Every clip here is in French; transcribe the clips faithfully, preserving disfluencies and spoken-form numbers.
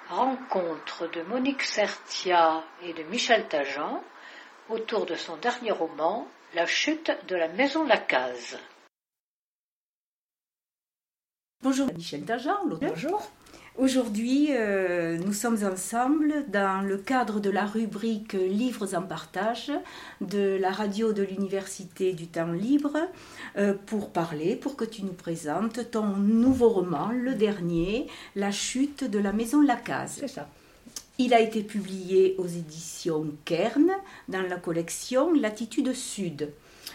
Rencontre de Monique Sertia et de Michel Tajan autour de son dernier roman, La chute de la maison Lacaze. Bonjour Michel Tajan, l'auteur. Bonjour. Aujourd'hui, euh, nous sommes ensemble dans le cadre de la rubrique Livres en partage de la radio de l'Université du Temps Libre euh, pour parler, pour que tu nous présentes ton nouveau roman, le dernier, La chute de la maison Lacaze. C'est ça. Il a été publié aux éditions Kern dans la collection Latitude Sud.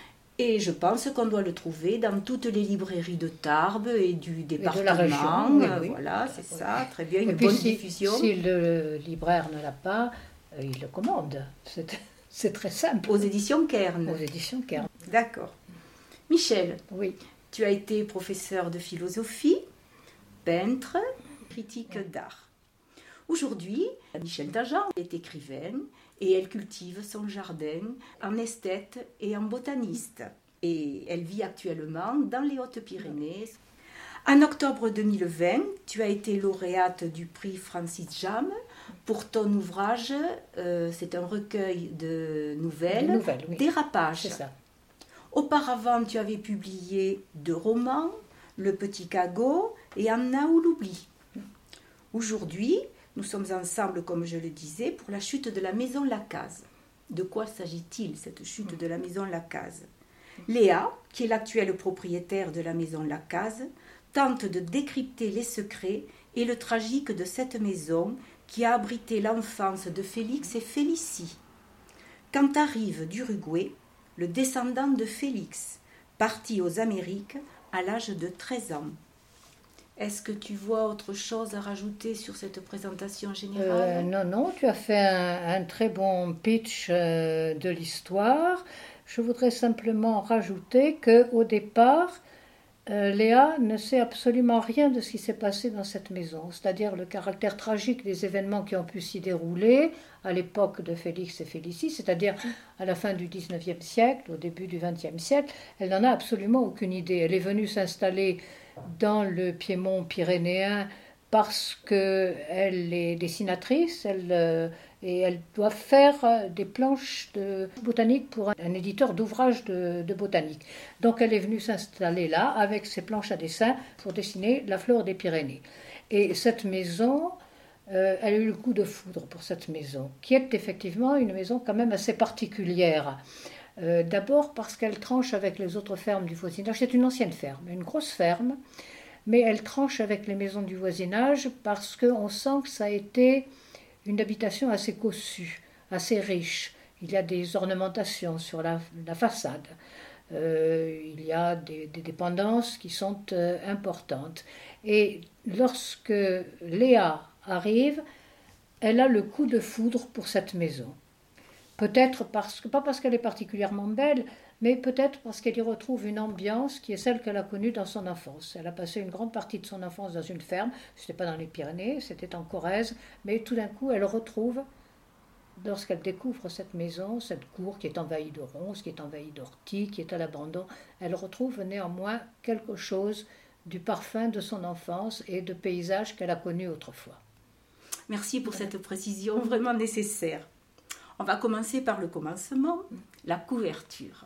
Et je pense qu'on doit le trouver dans toutes les librairies de Tarbes et du département. Et de la région, oui, oui. Voilà, c'est oui. ça, très bien, une et puis bonne si, diffusion. Si le libraire ne l'a pas, euh, il le commande. C'est, c'est très simple. Aux éditions Kern. Aux éditions Kern. D'accord. Michel, oui. Tu as été professeur de philosophie, peintre, critique oui. d'art. Aujourd'hui, Michel Tajan est écrivaine et elle cultive son jardin en esthète et en botaniste. Et elle vit actuellement dans les Hautes-Pyrénées. En octobre deux mille vingt, tu as été lauréate du prix Francis Jammes pour ton ouvrage, euh, c'est un recueil de nouvelles, de nouvelles oui. Dérapage. C'est ça. Auparavant, tu avais publié deux romans, Le Petit Cagot et Anna ou l'oubli. Aujourd'hui, nous sommes ensemble, comme je le disais, pour la chute de la maison Lacaze. De quoi s'agit-il, cette chute de la maison Lacaze ? Léa, qui est l'actuelle propriétaire de la maison Lacaze, tente de décrypter les secrets et le tragique de cette maison qui a abrité l'enfance de Félix et Félicie. Quand arrive d'Uruguay, le descendant de Félix, parti aux Amériques à l'âge de treize ans. Est-ce que tu vois autre chose à rajouter sur cette présentation générale ? euh, Non, non, tu as fait un, un très bon pitch euh, de l'histoire. Je voudrais simplement rajouter qu'au départ, euh, Léa ne sait absolument rien de ce qui s'est passé dans cette maison, c'est-à-dire le caractère tragique des événements qui ont pu s'y dérouler à l'époque de Félix et Félicie, c'est-à-dire à la fin du dix-neuvième siècle, au début du vingtième siècle. Elle n'en a absolument aucune idée. Elle est venue s'installer dans le Piémont pyrénéen parce qu'elle est dessinatrice elle, euh, et elle doit faire des planches de botanique pour un, un éditeur d'ouvrages de, de botanique. Donc elle est venue s'installer là avec ses planches à dessin pour dessiner la flore des Pyrénées. Et cette maison, euh, elle a eu le coup de foudre pour cette maison, qui est effectivement une maison quand même assez particulière. Euh, d'abord parce qu'elle tranche avec les autres fermes du voisinage. C'est une ancienne ferme, une grosse ferme, mais elle tranche avec les maisons du voisinage parce qu'on sent que ça a été une habitation assez cossue, assez riche. Il y a des ornementations sur la, la façade. Euh, il y a des, des dépendances qui sont euh, importantes. Et lorsque Léa arrive, elle a le coup de foudre pour cette maison. Peut-être parce que, pas parce qu'elle est particulièrement belle, mais peut-être parce qu'elle y retrouve une ambiance qui est celle qu'elle a connue dans son enfance. Elle a passé une grande partie de son enfance dans une ferme, ce n'était pas dans les Pyrénées, c'était en Corrèze, mais tout d'un coup elle retrouve, lorsqu'elle découvre cette maison, cette cour qui est envahie de ronces, qui est envahie d'orties, qui est à l'abandon, elle retrouve néanmoins quelque chose du parfum de son enfance et de paysages qu'elle a connus autrefois. Merci pour cette précision vraiment nécessaire. On va commencer par le commencement, la couverture.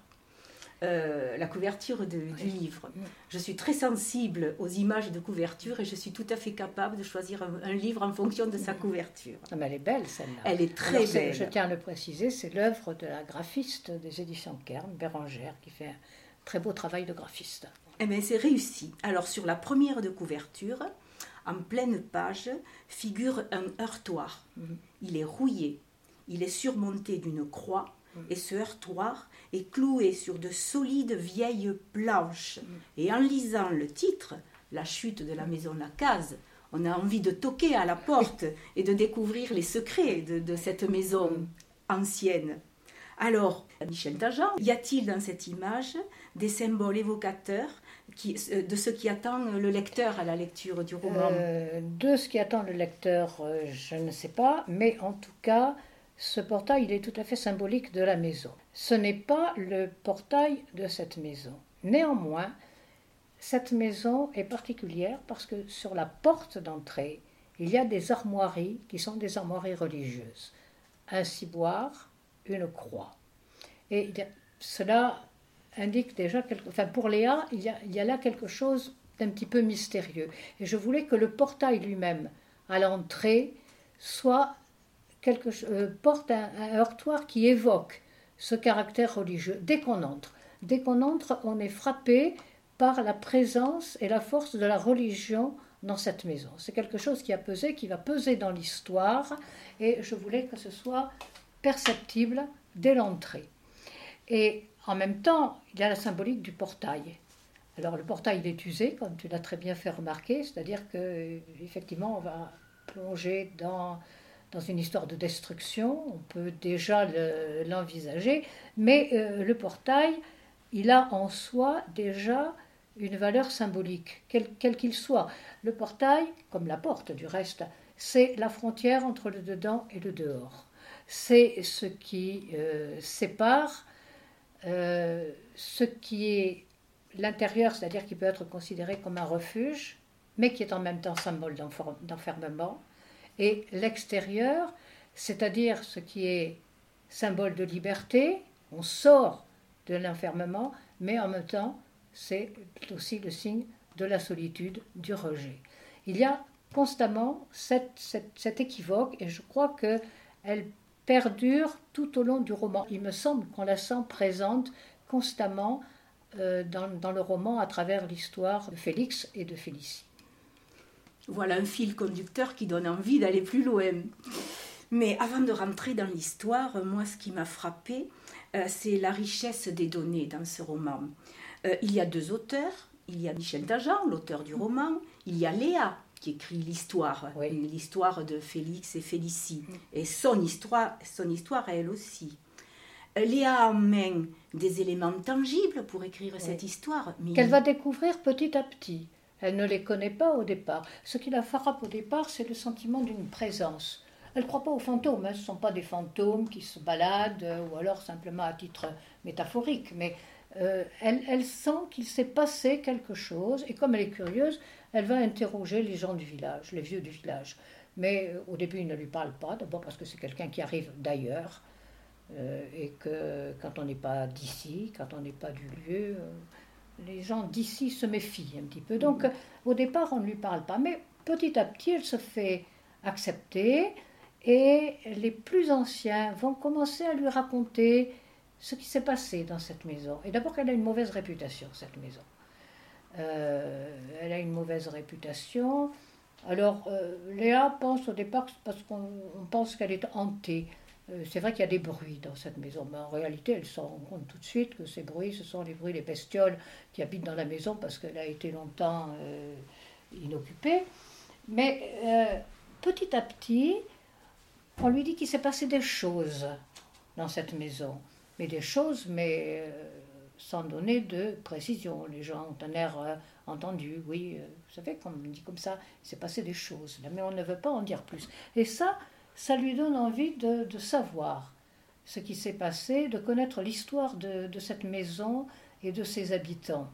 Euh, la couverture de, du livre. Je suis très sensible aux images de couverture et je suis tout à fait capable de choisir un, un livre en fonction de sa couverture. Ah, mais elle est belle celle-là. Elle est très Alors, belle. Je tiens à le préciser, c'est l'œuvre de la graphiste des éditions Kern, Bérangère, qui fait un très beau travail de graphiste. Eh bien, c'est réussi. Alors sur la première de couverture, en pleine page, figure un heurtoir. Mm-hmm. Il est rouillé. Il est surmonté d'une croix et ce heurtoir est cloué sur de solides vieilles planches. Et en lisant le titre, La chute de la maison Lacaze, on a envie de toquer à la porte et de découvrir les secrets de, de cette maison ancienne. Alors, Michel Tajan, y a-t-il dans cette image des symboles évocateurs qui, de ce qui attend le lecteur à la lecture du roman ? euh, De ce qui attend le lecteur, euh, je ne sais pas, mais en tout cas, ce portail il est tout à fait symbolique de la maison. Ce n'est pas le portail de cette maison. Néanmoins, cette maison est particulière parce que sur la porte d'entrée, il y a des armoiries qui sont des armoiries religieuses. Un ciboire, une croix. Et cela indique déjà, quelque, enfin pour Léa, il y, a, il y a là quelque chose d'un petit peu mystérieux. Et je voulais que le portail lui-même, à l'entrée, soit quelque, euh, porte un, un heurtoir qui évoque ce caractère religieux. Dès qu'on entre, dès qu'on entre, on est frappé par la présence et la force de la religion dans cette maison. C'est quelque chose qui a pesé, qui va peser dans l'histoire, et je voulais que ce soit perceptible dès l'entrée. Et en même temps, il y a la symbolique du portail. Alors le portail il est usé, comme tu l'as très bien fait remarquer, c'est-à-dire qu'effectivement on va plonger dans, dans une histoire de destruction, on peut déjà le, l'envisager, mais euh, le portail, il a en soi déjà une valeur symbolique, quel, quel qu'il soit. Le portail, comme la porte du reste, c'est la frontière entre le dedans et le dehors. C'est ce qui euh, sépare euh, ce qui est l'intérieur, c'est-à-dire qui peut être considéré comme un refuge, mais qui est en même temps symbole d'enfermement, et l'extérieur, c'est-à-dire ce qui est symbole de liberté, on sort de l'enfermement, mais en même temps, c'est aussi le signe de la solitude, du rejet. Il y a constamment cette, cette, cet équivoque, et je crois qu'elle perdure tout au long du roman. Il me semble qu'on la sent présente constamment euh, dans, dans le roman à travers l'histoire de Félix et de Félicie. Voilà un fil conducteur qui donne envie d'aller plus loin. Mais avant de rentrer dans l'histoire, moi ce qui m'a frappée, euh, c'est la richesse des données dans ce roman. Euh, il y a deux auteurs, il y a Michel Dajan, l'auteur du roman, il y a Léa qui écrit l'histoire, oui. l'histoire de Félix et Félicie, et son histoire, son histoire à elle aussi. Euh, Léa a en main des éléments tangibles pour écrire oui. cette histoire. Mais qu'elle il... va découvrir petit à petit. Elle ne les connaît pas au départ. Ce qui la frappe au départ, c'est le sentiment d'une présence. Elle ne croit pas aux fantômes, hein. Ce ne sont pas des fantômes qui se baladent, euh, ou alors simplement à titre métaphorique, mais euh, elle, elle sent qu'il s'est passé quelque chose, et comme elle est curieuse, elle va interroger les gens du village, les vieux du village. Mais euh, au début, ils ne lui parlent pas, d'abord parce que c'est quelqu'un qui arrive d'ailleurs, euh, et que quand on n'est pas d'ici, quand on n'est pas du lieu, euh, les gens d'ici se méfient un petit peu. Donc, mmh. au départ, on ne lui parle pas, mais petit à petit, elle se fait accepter, et les plus anciens vont commencer à lui raconter ce qui s'est passé dans cette maison. Et d'abord qu'elle a une mauvaise réputation, cette maison. Euh, elle a une mauvaise réputation. Alors, euh, Léa pense au départ, parce qu'on on pense qu'elle est hantée. Euh, c'est vrai qu'il y a des bruits dans cette maison, mais en réalité, elle se rend compte tout de suite que ces bruits, ce sont les bruits des bestioles qui habitent dans la maison parce qu'elle a été longtemps euh, inoccupée. Mais euh, petit à petit, on lui dit qu'il s'est passé des choses dans cette maison. Mais des choses, mais euh, sans donner de précision. Les gens ont un air euh, entendu, oui, euh, vous savez, comme on dit comme ça, il s'est passé des choses. Mais on ne veut pas en dire plus. Et ça, ça lui donne envie de, de savoir ce qui s'est passé, de connaître l'histoire de, de cette maison et de ses habitants.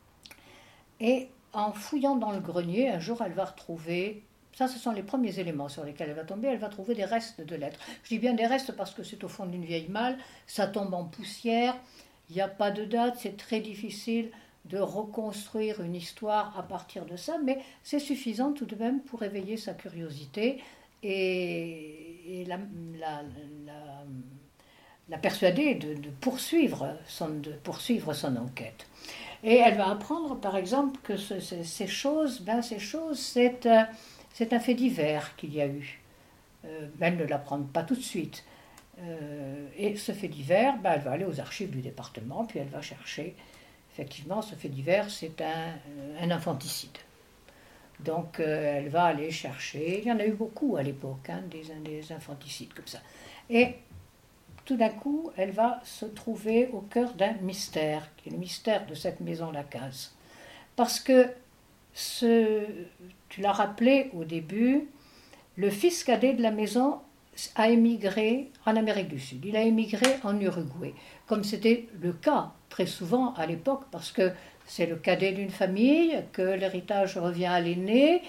Et en fouillant dans le grenier, un jour, elle va retrouver... Ça, ce sont les premiers éléments sur lesquels elle va tomber. Elle va trouver des restes de lettres. Je dis bien des restes parce que c'est au fond d'une vieille malle. Ça tombe en poussière. Il n'y a pas de date. C'est très difficile de reconstruire une histoire à partir de ça. Mais c'est suffisant tout de même pour éveiller sa curiosité et, et la, la, la, la persuader de, de, poursuivre son, de poursuivre son enquête. Et elle va apprendre, par exemple, que ce, ce, ces choses, ben, ces choses, c'est... Euh, C'est un fait divers qu'il y a eu. Euh, elle ne l'apprend pas tout de suite. Euh, et ce fait divers, ben, elle va aller aux archives du département, puis elle va chercher. Effectivement, ce fait divers, c'est un, un infanticide. Donc, euh, elle va aller chercher. Il y en a eu beaucoup à l'époque, hein, des, des infanticides comme ça. Et tout d'un coup, elle va se trouver au cœur d'un mystère, qui est le mystère de cette maison Lacaze. Parce que Ce, tu l'as rappelé au début, le fils cadet de la maison a émigré en Amérique du Sud. Il a émigré en Uruguay, comme c'était le cas très souvent à l'époque, parce que c'est le cadet d'une famille, que l'héritage revient à l'aîné,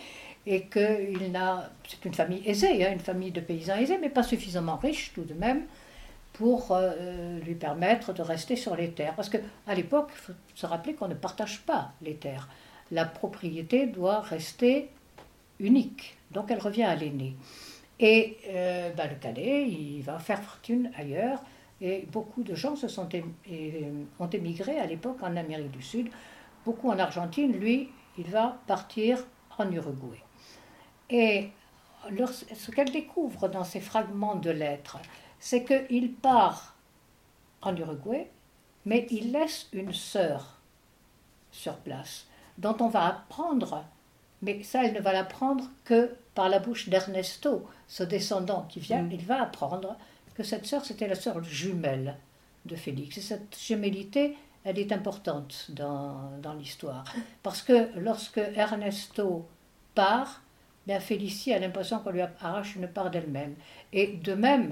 et qu'il n'a, c'est une famille aisée, hein, une famille de paysans aisés, mais pas suffisamment riche tout de même pour euh, lui permettre de rester sur les terres. Parce qu'à l'époque, il faut se rappeler qu'on ne partage pas les terres. La propriété doit rester unique, donc elle revient à l'aîné. Et euh, ben, le cadet, il va faire fortune ailleurs, et beaucoup de gens se sont ém- et, ont émigré à l'époque en Amérique du Sud, beaucoup en Argentine. Lui, il va partir en Uruguay. Et leur- ce qu'elle découvre dans ces fragments de lettres, c'est qu'il part en Uruguay, mais il laisse une sœur sur place, dont on va apprendre, mais ça, elle ne va l'apprendre que par la bouche d'Ernesto, ce descendant qui vient, mm. il va apprendre que cette sœur, c'était la sœur jumelle de Félix. Et cette gémellité, elle est importante dans, dans l'histoire, parce que lorsque Ernesto part, bien Félicie a l'impression qu'on lui arrache une part d'elle-même. Et de même,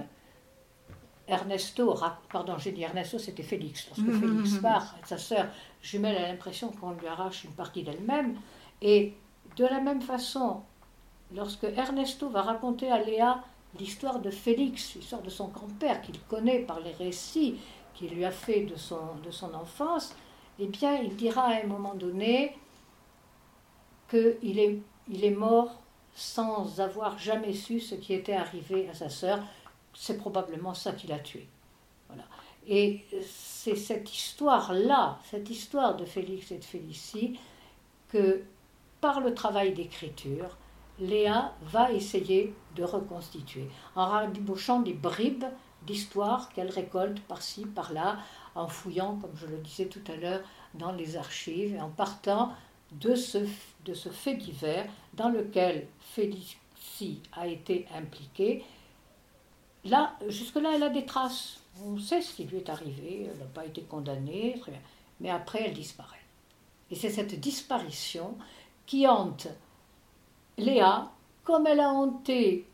Ernesto, pardon, j'ai dit Ernesto, c'était Félix. Lorsque mmh, Félix mmh. part, sa sœur jumelle a l'impression qu'on lui arrache une partie d'elle-même. Et de la même façon, lorsque Ernesto va raconter à Léa l'histoire de Félix, l'histoire de son grand-père qu'il connaît par les récits qu'il lui a fait de son, de son enfance, eh bien, il dira à un moment donné qu'il est, il est mort sans avoir jamais su ce qui était arrivé à sa sœur. C'est probablement ça qui l'a tué. Voilà. Et c'est cette histoire-là, cette histoire de Félix et de Félicie, que par le travail d'écriture, Léa va essayer de reconstituer, en rabibochant des bribes d'histoire qu'elle récolte par-ci, par-là, en fouillant, comme je le disais tout à l'heure, dans les archives, et en partant de ce, de ce fait divers dans lequel Félicie a été impliquée. Là, jusque-là, elle a des traces. On sait ce qui lui est arrivé, elle n'a pas été condamnée, très bien. Mais après, elle disparaît. Et c'est cette disparition qui hante Léa, comme elle a hanté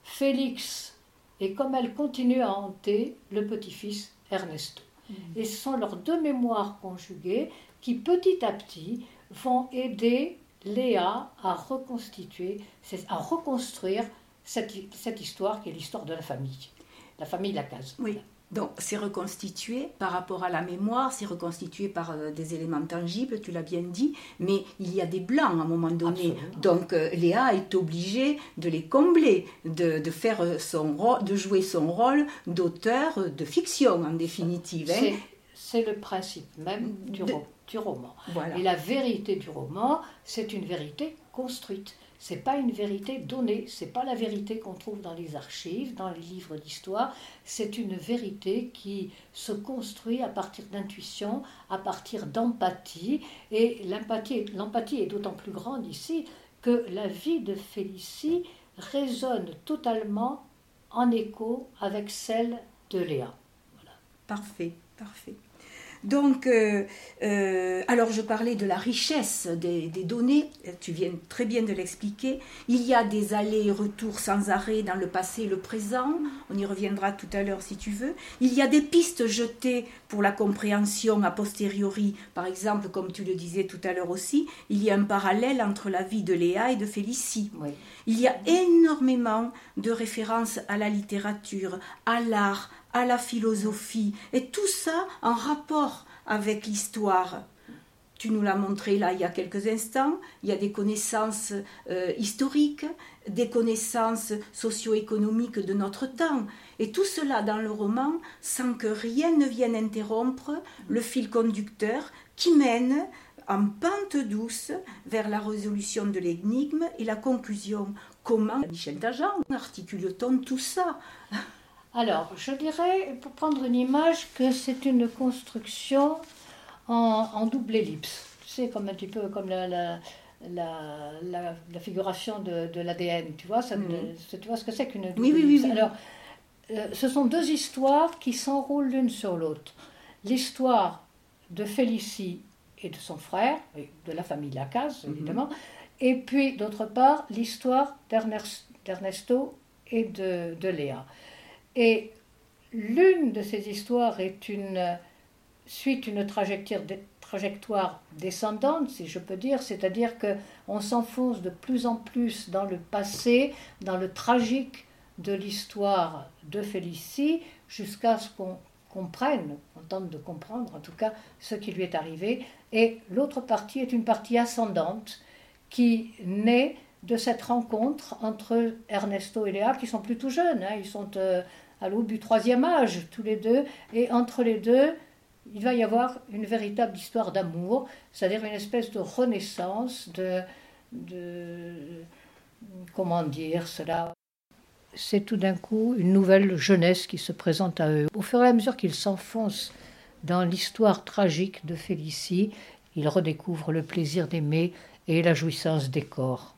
Félix, et comme elle continue à hanter le petit-fils Ernesto. Mmh. Et ce sont leurs deux mémoires conjuguées qui, petit à petit, vont aider Léa à reconstituer, à reconstruire cette, cette histoire qui est l'histoire de la famille, la famille Lacaze. Oui, donc c'est reconstitué par rapport à la mémoire, c'est reconstitué par euh, des éléments tangibles, tu l'as bien dit, mais il y a des blancs à un moment donné. Absolument. Donc euh, Léa est obligée de les combler, de, de, faire son rôle, de jouer son rôle d'auteur de fiction en définitive. Hein. C'est, c'est le principe même du, de... du roman. Voilà. Et la vérité du roman, c'est une vérité construite. C'est pas une vérité donnée, c'est pas la vérité qu'on trouve dans les archives, dans les livres d'histoire, c'est une vérité qui se construit à partir d'intuition, à partir d'empathie, et l'empathie, l'empathie est d'autant plus grande ici que la vie de Félicie résonne totalement en écho avec celle de Léa. Voilà. Parfait, parfait. Donc, euh, euh, alors je parlais de la richesse des, des données, tu viens très bien de l'expliquer. Il y a des allers-retours sans arrêt dans le passé et le présent, on y reviendra tout à l'heure si tu veux. Il y a des pistes jetées pour la compréhension a posteriori, par exemple, comme tu le disais tout à l'heure aussi, il y a un parallèle entre la vie de Léa et de Félicie. Oui. Il y a énormément de références à la littérature, à l'art, à la philosophie, et tout ça en rapport avec l'histoire. Tu nous l'as montré là il y a quelques instants, il y a des connaissances euh, historiques, des connaissances socio-économiques de notre temps, et tout cela dans le roman sans que rien ne vienne interrompre le fil conducteur qui mène en pente douce vers la résolution de l'énigme et la conclusion. Comment, Michel Tajan, articule-t-on tout ça ? Alors, je dirais, pour prendre une image, que c'est une construction en, en double ellipse. Tu sais, comme un petit peu comme la, la, la, la, la figuration de, de l'A D N. Tu vois, ça, mmh. de, tu vois ce que c'est qu'une double oui, ellipse. Oui, oui, oui. Alors, euh, ce sont deux histoires qui s'enroulent l'une sur l'autre. L'histoire de Félicie et de son frère, de la famille Lacaze, évidemment, mmh. et puis, d'autre part, l'histoire d'Ernesto et de, de Léa. Et l'une de ces histoires est une, suit une trajectoire, trajectoire descendante, si je peux dire, c'est-à-dire qu'on s'enfonce de plus en plus dans le passé, dans le tragique de l'histoire de Félicie, jusqu'à ce qu'on comprenne, on tente de comprendre en tout cas ce qui lui est arrivé. Et l'autre partie est une partie ascendante qui naît de cette rencontre entre Ernesto et Léa, qui sont plutôt jeunes, hein, ils sont euh, à l'aube du troisième âge, tous les deux, et entre les deux, il va y avoir une véritable histoire d'amour, c'est-à-dire une espèce de renaissance, de, de comment dire cela, c'est tout d'un coup une nouvelle jeunesse qui se présente à eux. Au fur et à mesure qu'ils s'enfoncent dans l'histoire tragique de Félicie, ils redécouvrent le plaisir d'aimer et la jouissance des corps.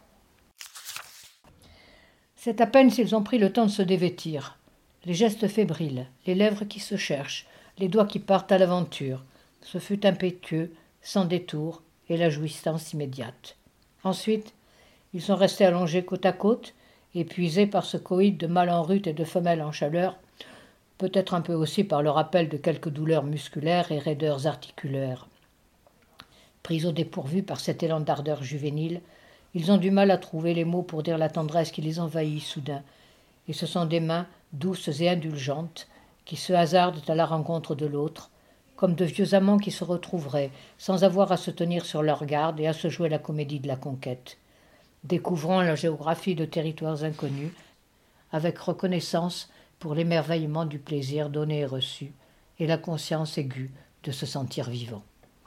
C'est à peine s'ils ont pris le temps de se dévêtir. Les gestes fébriles, les lèvres qui se cherchent, les doigts qui partent à l'aventure. Ce fut impétueux, sans détour, et la jouissance immédiate. Ensuite, ils sont restés allongés côte à côte, épuisés par ce coït de mâle en rut et de femelle en chaleur, peut-être un peu aussi par le rappel de quelques douleurs musculaires et raideurs articulaires. Pris au dépourvu par cet élan d'ardeur juvénile, ils ont du mal à trouver les mots pour dire la tendresse qui les envahit soudain, et ce sont des mains douces et indulgentes qui se hasardent à la rencontre de l'autre, comme de vieux amants qui se retrouveraient, sans avoir à se tenir sur leur garde et à se jouer la comédie de la conquête, découvrant la géographie de territoires inconnus, avec reconnaissance pour l'émerveillement du plaisir donné et reçu, et la conscience aiguë de se sentir vivant.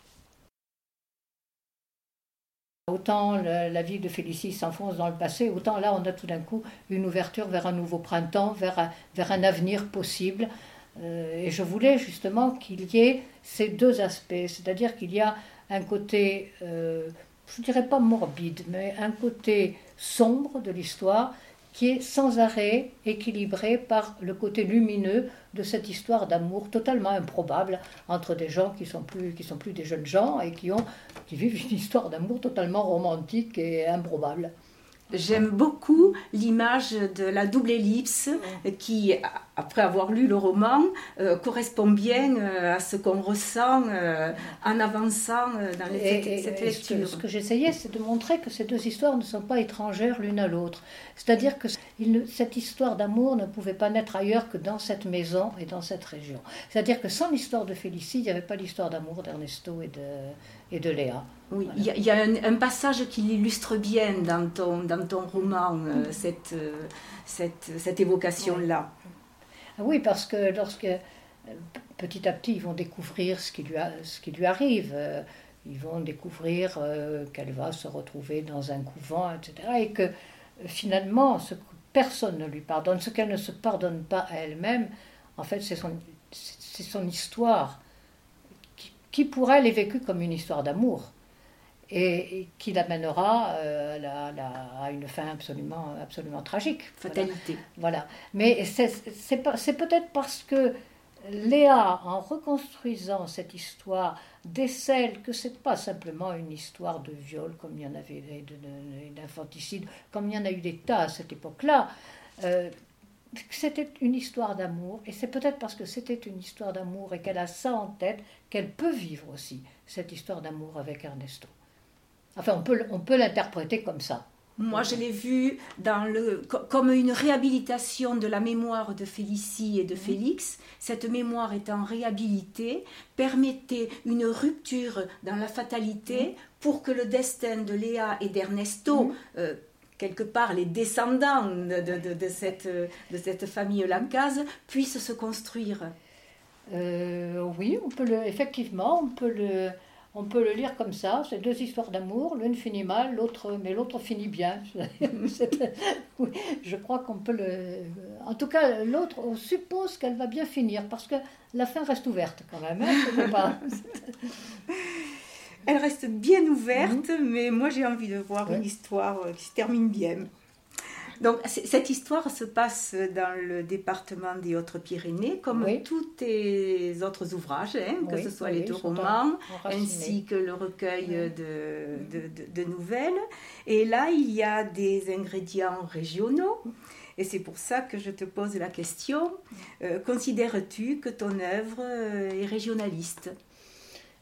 Autant la, la vie de Félicie s'enfonce dans le passé, autant là on a tout d'un coup une ouverture vers un nouveau printemps, vers un, vers un avenir possible. Euh, et je voulais justement qu'il y ait ces deux aspects, c'est-à-dire qu'il y a un côté, euh, je ne dirais pas morbide, mais un côté sombre de l'histoire qui est sans arrêt équilibré par le côté lumineux de cette histoire d'amour totalement improbable entre des gens qui sont plus qui sont plus des jeunes gens et qui ont qui vivent une histoire d'amour totalement romantique et improbable. J'aime beaucoup l'image de la double ellipse qui, après avoir lu le roman, euh, correspond bien euh, à ce qu'on ressent euh, en avançant euh, dans les, et, cette, cette et lecture. Ce que, ce que j'essayais, c'est de montrer que ces deux histoires ne sont pas étrangères l'une à l'autre. C'est-à-dire que il, cette histoire d'amour ne pouvait pas naître ailleurs que dans cette maison et dans cette région. C'est-à-dire que sans l'histoire de Félicie, il n'y avait pas l'histoire d'amour d'Ernesto et de, et de Léa. Oui, il voilà. y a, y a un, un passage qui l'illustre bien dans ton, dans ton roman, euh, mmh. cette, euh, cette, cette évocation-là. Oui. oui, parce que lorsque petit à petit ils vont découvrir ce qui lui, a, ce qui lui arrive, euh, ils vont découvrir euh, qu'elle va se retrouver dans un couvent, et cetera. Et que euh, finalement, ce que personne ne lui pardonne, ce qu'elle ne se pardonne pas à elle-même, en fait, c'est son, c'est son histoire qui, qui pour elle est vécue comme une histoire d'amour. Et, et qui l'amènera euh, la, la, à une fin absolument, absolument tragique. Fatalité. Voilà. voilà. Mais c'est, c'est, pas, c'est peut-être parce que Léa, en reconstruisant cette histoire, décèle que ce n'est pas simplement une histoire de viol, comme il y en avait, de, de, d'infanticide, comme il y en a eu des tas à cette époque-là. Euh, c'était une histoire d'amour, et c'est peut-être parce que c'était une histoire d'amour et qu'elle a ça en tête qu'elle peut vivre aussi cette histoire d'amour avec Ernesto. Enfin, on peut, on peut l'interpréter comme ça. Moi, je l'ai vu dans le, comme une réhabilitation de la mémoire de Félicie et de Félix. Cette mémoire étant réhabilitée, permettait une rupture dans la fatalité pour que le destin de Léa et d'Ernesto, mmh. euh, quelque part les descendants de, de, de, cette, de cette famille Lacaze, puissent se construire. Euh, oui, on peut le, effectivement, on peut le... On peut le lire comme ça, c'est deux histoires d'amour, l'une finit mal, l'autre, mais l'autre finit bien. Oui, je crois qu'on peut le... En tout cas, l'autre, on suppose qu'elle va bien finir, parce que la fin reste ouverte quand même. Hein, pas... Elle reste bien ouverte, mmh. mais moi j'ai envie de voir ouais. une histoire qui se termine bien. Donc, cette histoire se passe dans le département des Hautes-Pyrénées, comme oui. tous tes autres ouvrages, hein, oui, que ce soit oui, les deux romans, ainsi que le recueil oui. de, de, de, de nouvelles. Et là, il y a des ingrédients régionaux. Et c'est pour ça que je te pose la question. Euh, considères-tu que ton œuvre est régionaliste ?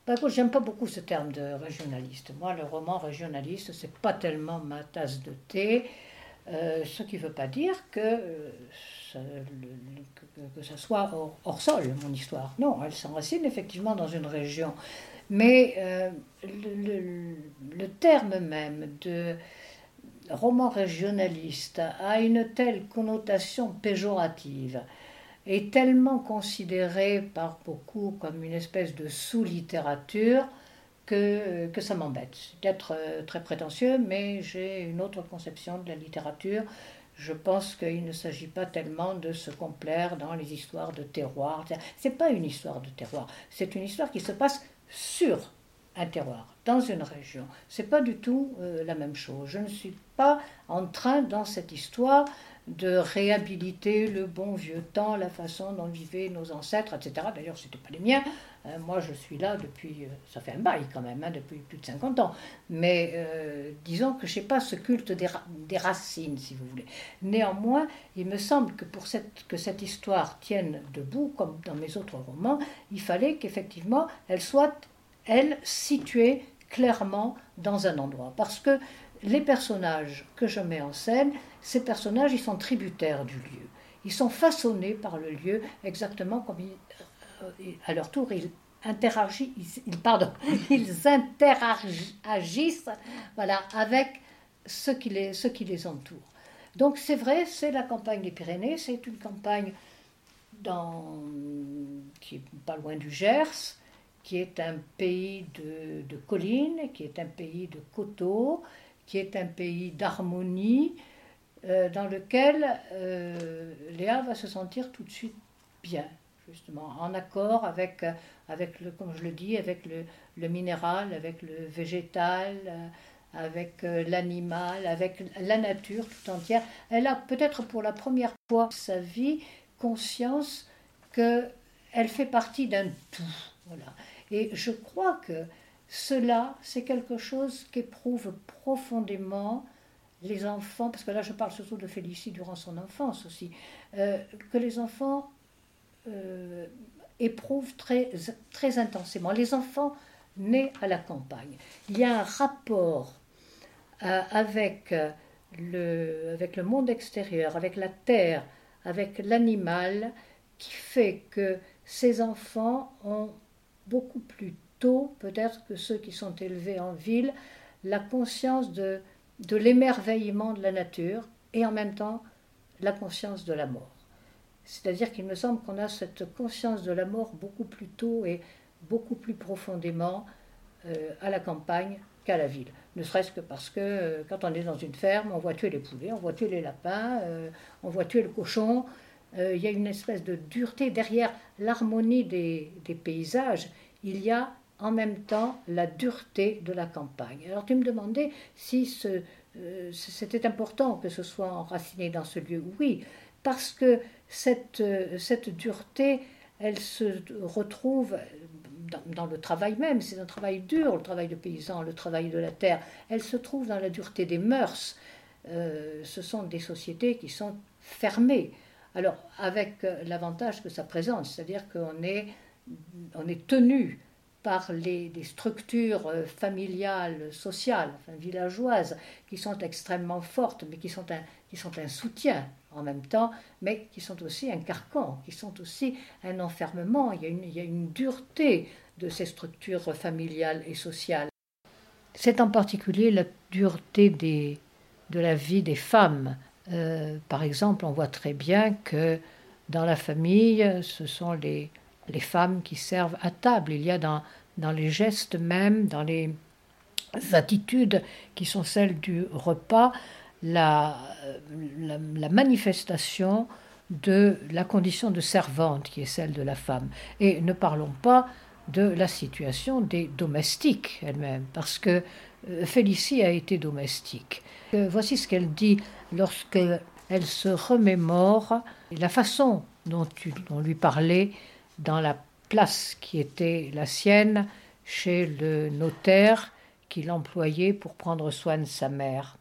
Bah, écoute, j'aime pas beaucoup ce terme de régionaliste. Moi, le roman régionaliste, c'est pas tellement ma tasse de thé. Euh, ce qui ne veut pas dire que, euh, ça, le, que, que ça soit hors, hors sol, mon histoire. Non, elle s'enracine effectivement dans une région. Mais euh, le, le, le terme même de roman régionaliste a une telle connotation péjorative, est tellement considéré par beaucoup comme une espèce de sous-littérature que, que ça m'embête. C'est peut-être très prétentieux, mais j'ai une autre conception de la littérature. Je pense qu'il ne s'agit pas tellement de se complaire dans les histoires de terroir. C'est pas une histoire de terroir, c'est une histoire qui se passe sur un terroir, dans une région. C'est pas du tout euh, la même chose. Je ne suis pas en train, dans cette histoire, de réhabiliter le bon vieux temps, la façon dont vivaient nos ancêtres, et cetera. D'ailleurs, ce n'étaient pas les miens. Euh, moi, je suis là depuis, euh, ça fait un bail quand même, hein, depuis plus de cinquante ans. Mais euh, disons que je n'ai pas ce culte des, ra- des racines, si vous voulez. Néanmoins, il me semble que pour cette, que cette histoire tienne debout, comme dans mes autres romans, il fallait qu'effectivement, elle soit, elle, située clairement dans un endroit. Parce que les personnages que je mets en scène, ces personnages, ils sont tributaires du lieu. Ils sont façonnés par le lieu, exactement comme ils, euh, à leur tour, ils interagissent, ils, pardon, ils interagissent, voilà, avec ce qui les, ce qui les entoure. Donc c'est vrai, c'est la campagne des Pyrénées, c'est une campagne dans, qui est pas loin du Gers, qui est un pays de, de collines, qui est un pays de coteaux, qui est un pays d'harmonie, euh, dans lequel euh, Léa va se sentir tout de suite bien, justement, en accord avec, avec le, comme je le dis, avec le, le minéral, avec le végétal, euh, avec euh, l'animal, avec la nature tout entière. Elle a peut-être pour la première fois de sa vie conscience qu'elle fait partie d'un tout. Voilà. Et je crois que cela, c'est quelque chose qu'éprouvent profondément les enfants, parce que là je parle surtout de Félicie durant son enfance aussi, euh, que les enfants euh, éprouvent très, très intensément. Les enfants nés à la campagne. Il y a un rapport euh, avec, le, avec le monde extérieur, avec la terre, avec l'animal, qui fait que ces enfants ont beaucoup plus tôt, peut-être que ceux qui sont élevés en ville, la conscience de, de l'émerveillement de la nature et en même temps la conscience de la mort. C'est-à-dire qu'il me semble qu'on a cette conscience de la mort beaucoup plus tôt et beaucoup plus profondément euh, à la campagne qu'à la ville. Ne serait-ce que parce que euh, quand on est dans une ferme, on voit tuer les poulets, on voit tuer les lapins, euh, on voit tuer le cochon. Euh, il y a une espèce de dureté derrière l'harmonie des, des paysages. Il y a en même temps la dureté de la campagne. Alors tu me demandais si ce, euh, c'était important que ce soit enraciné dans ce lieu. Oui, parce que cette, euh, cette dureté, elle se retrouve dans, dans le travail même. C'est un travail dur, le travail de paysan, le travail de la terre. Elle se trouve dans la dureté des mœurs. Euh, ce sont des sociétés qui sont fermées. Alors, avec l'avantage que ça présente, c'est-à-dire qu'on est, on est tenu par les, les structures familiales, sociales, enfin, villageoises, qui sont extrêmement fortes, mais qui sont, un, qui sont un soutien en même temps, mais qui sont aussi un carcan, qui sont aussi un enfermement. Il y a une, il y a une dureté de ces structures familiales et sociales. C'est en particulier la dureté des, de la vie des femmes. Euh, par exemple, on voit très bien que dans la famille, ce sont les, les femmes qui servent à table. Il y a dans, dans les gestes même, dans les attitudes qui sont celles du repas, la, la, la manifestation de la condition de servante qui est celle de la femme. Et ne parlons pas de la situation des domestiques elles-mêmes, parce que euh, Félicie a été domestique. Euh, voici ce qu'elle dit lorsqu'elle se remémore la façon dont on lui parlait dans la place qui était la sienne chez le notaire qui l'employait pour prendre soin de sa mère.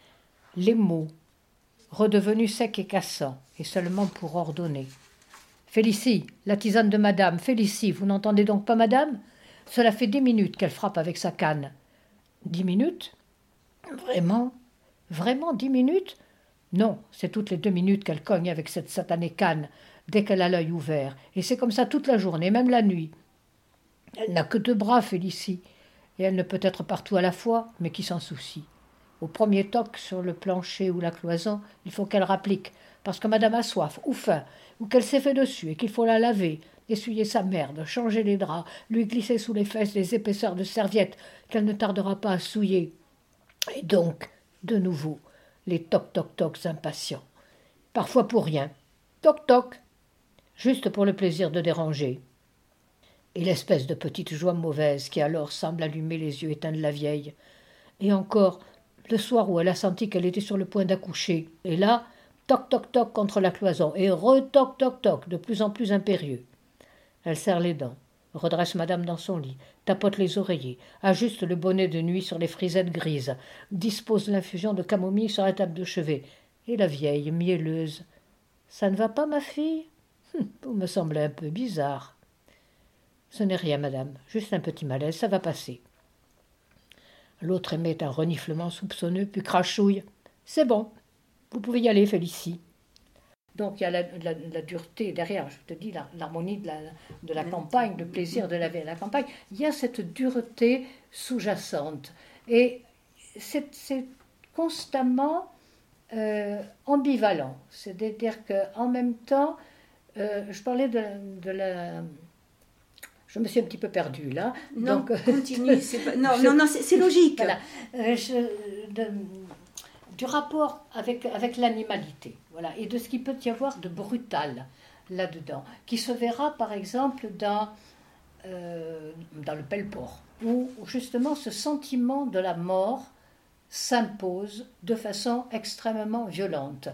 Les mots, redevenus secs et cassants, et seulement pour ordonner. Félicie, la tisane de madame, Félicie, vous n'entendez donc pas madame? Cela fait dix minutes qu'elle frappe avec sa canne. Dix minutes? Vraiment? Vraiment dix minutes? Non, c'est toutes les deux minutes qu'elle cogne avec cette satanée canne, dès qu'elle a l'œil ouvert, et c'est comme ça toute la journée, même la nuit. Elle n'a que deux bras, Félicie, et elle ne peut être partout à la fois, mais qui s'en soucie? Au premier toc sur le plancher ou la cloison, il faut qu'elle rapplique, parce que madame a soif, ou faim, ou qu'elle s'est fait dessus, et qu'il faut la laver, essuyer sa merde, changer les draps, lui glisser sous les fesses des épaisseurs de serviettes qu'elle ne tardera pas à souiller. Et donc, de nouveau, les toc-toc-tocs impatients. Parfois pour rien. Toc-toc, juste pour le plaisir de déranger. Et l'espèce de petite joie mauvaise qui alors semble allumer les yeux éteints de la vieille. Et encore, le soir où elle a senti qu'elle était sur le point d'accoucher. Et là, toc-toc-toc contre la cloison, et re-toc-toc-toc, de plus en plus impérieux. Elle serre les dents, redresse madame dans son lit, tapote les oreillers, ajuste le bonnet de nuit sur les frisettes grises, dispose l'infusion de camomille sur la table de chevet. Et la vieille, mielleuse. « Ça ne va pas, ma fille ? Hum, Vous me semblez un peu bizarre. »« Ce n'est rien, madame, juste un petit malaise, ça va passer. » L'autre émet un reniflement soupçonneux, puis crachouille. « C'est bon, vous pouvez y aller, Félicie. » Donc il y a la, la, la dureté derrière, je te dis, la, l'harmonie de la, de la campagne, le plaisir de la vie à la campagne. Il y a cette dureté sous-jacente. Et c'est, c'est constamment euh, ambivalent. C'est-à-dire qu'en même temps, euh, je parlais de, de la... Je me suis un petit peu perdue là. Non, donc, continue. C'est pas... Non, je, non, non, c'est, c'est logique. Voilà. Euh, je, de, du rapport avec, avec l'animalité, voilà, et de ce qu'il peut y avoir de brutal là-dedans, qui se verra par exemple dans, euh, dans le Pelleport, où justement ce sentiment de la mort s'impose de façon extrêmement violente.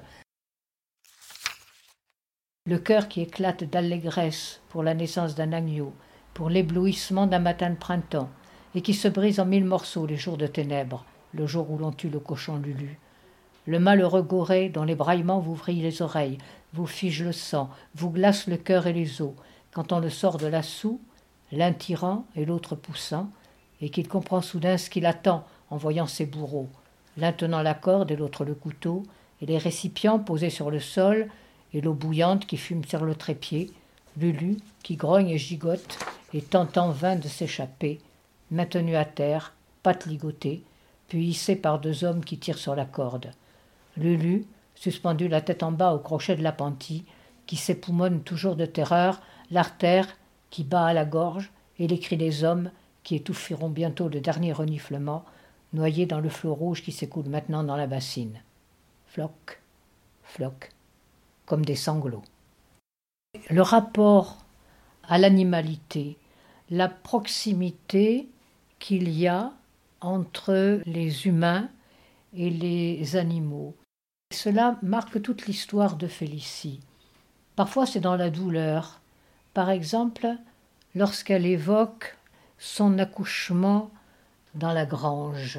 Le cœur qui éclate d'allégresse pour la naissance d'un agneau, pour l'éblouissement d'un matin de printemps, et qui se brise en mille morceaux les jours de ténèbres, le jour où l'on tue le cochon Lulu. Le malheureux Goré, dont les braillements vous vrillent les oreilles, vous fige le sang, vous glace le cœur et les os, quand on le sort de la soue, l'un tirant et l'autre poussant, et qu'il comprend soudain ce qu'il attend en voyant ses bourreaux, l'un tenant la corde et l'autre le couteau, et les récipients posés sur le sol, et l'eau bouillante qui fume sur le trépied, Lulu qui grogne et gigote, et tente en vain de s'échapper, maintenu à terre, pattes ligotées, puis hissé par deux hommes qui tirent sur la corde. Lulu, suspendu la tête en bas au crochet de l'appentis, qui s'époumonne toujours de terreur, l'artère qui bat à la gorge, et les cris des hommes qui étouffiront bientôt le dernier reniflement, noyés dans le flot rouge qui s'écoule maintenant dans la bassine. Floc, floc, comme des sanglots. Le rapport à l'animalité, la proximité qu'il y a entre les humains et les animaux. Cela marque toute l'histoire de Félicie. Parfois c'est dans la douleur. Par exemple, lorsqu'elle évoque son accouchement dans la grange.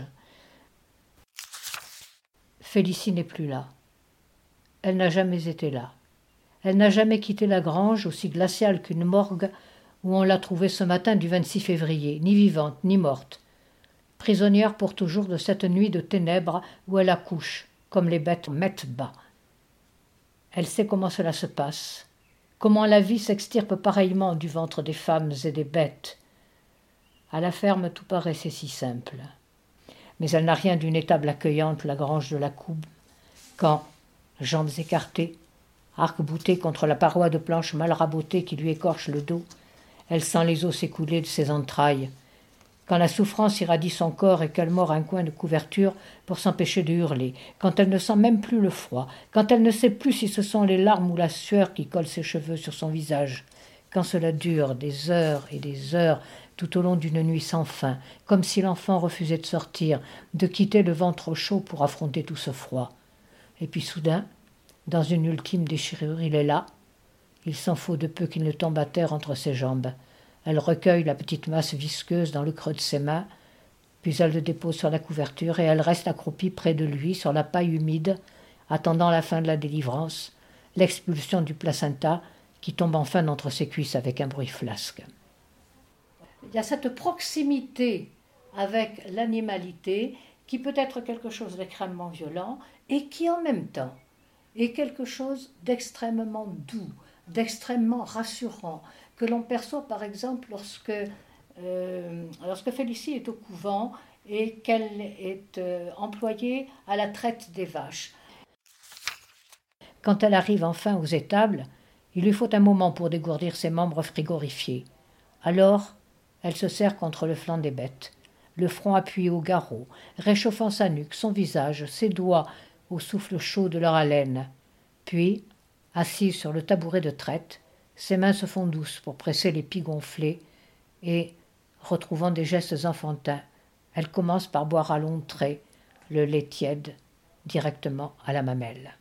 Félicie n'est plus là. Elle n'a jamais été là. Elle n'a jamais quitté la grange, aussi glaciale qu'une morgue, où on l'a trouvée ce matin du vingt-six février, ni vivante, ni morte. Prisonnière pour toujours de cette nuit de ténèbres où elle accouche, comme les bêtes mettent bas. Elle sait comment cela se passe, comment la vie s'extirpe pareillement du ventre des femmes et des bêtes. À la ferme, tout paraissait si simple. Mais elle n'a rien d'une étable accueillante, la grange de la Coube, quand, jambes écartées, arc-boutée contre la paroi de planche mal rabotée qui lui écorche le dos, elle sent les os s'écouler de ses entrailles. Quand la souffrance irradie son corps et qu'elle mord un coin de couverture pour s'empêcher de hurler, quand elle ne sent même plus le froid, quand elle ne sait plus si ce sont les larmes ou la sueur qui collent ses cheveux sur son visage, quand cela dure des heures et des heures tout au long d'une nuit sans fin, comme si l'enfant refusait de sortir, de quitter le ventre chaud pour affronter tout ce froid. Et puis soudain, dans une ultime déchirure, il est là. Il s'en faut de peu qu'il ne tombe à terre entre ses jambes. Elle recueille la petite masse visqueuse dans le creux de ses mains, puis elle le dépose sur la couverture et elle reste accroupie près de lui sur la paille humide, attendant la fin de la délivrance, l'expulsion du placenta qui tombe enfin entre ses cuisses avec un bruit flasque. Il y a cette proximité avec l'animalité qui peut être quelque chose d'extrêmement violent et qui en même temps est quelque chose d'extrêmement doux, d'extrêmement rassurant, que l'on perçoit par exemple lorsque, euh, lorsque Félicie est au couvent et qu'elle est euh, employée à la traite des vaches. Quand elle arrive enfin aux étables, il lui faut un moment pour dégourdir ses membres frigorifiés. Alors, elle se serre contre le flanc des bêtes, le front appuyé au garrot, réchauffant sa nuque, son visage, ses doigts au souffle chaud de leur haleine. Puis, assise sur le tabouret de traite, ses mains se font douces pour presser les pis gonflés et, retrouvant des gestes enfantins, elle commence par boire à longs traits le lait tiède directement à la mamelle.